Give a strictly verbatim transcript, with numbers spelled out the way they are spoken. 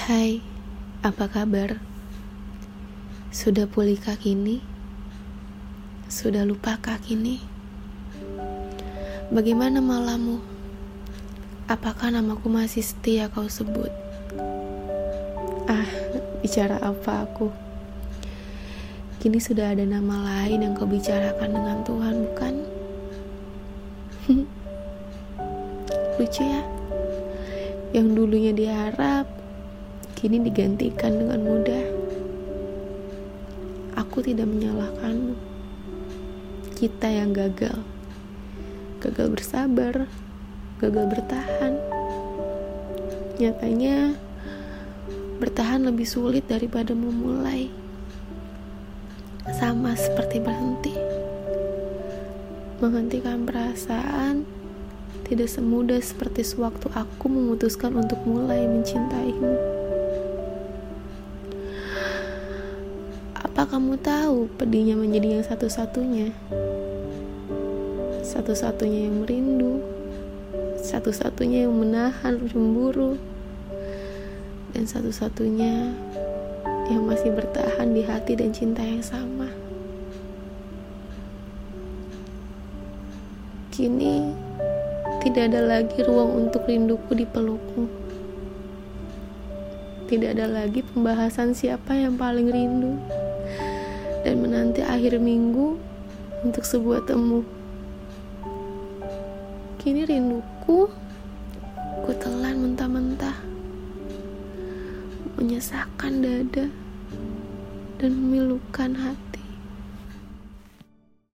Hai, apa kabar? Sudah pulihkah kini? Sudah lupakah kini? Bagaimana malammu? Apakah namaku masih setia kau sebut? Ah, bicara apa aku? Kini sudah ada nama lain yang kau bicarakan dengan Tuhan, bukan? Lucu ya? Yang dulunya diharap, kini digantikan dengan mudah. Aku tidak menyalahkanmu. Kita yang gagal. Gagal bersabar, gagal bertahan. Nyatanya, bertahan lebih sulit daripada memulai. Sama seperti berhenti. Menghentikan perasaan tidak semudah seperti sewaktu aku memutuskan untuk mulai mencintaimu. Apa kamu tahu pedihnya menjadi yang satu-satunya? Satu-satunya yang merindu, satu-satunya yang menahan cemburu, dan satu-satunya yang masih bertahan di hati dan cinta yang sama. Kini tidak ada lagi ruang untuk rinduku di pelukmu. Tidak ada lagi pembahasan siapa yang paling rindu dan menanti akhir minggu untuk sebuah temu. Kini rinduku ku telan mentah-mentah, menyesakkan dada dan memilukan hati.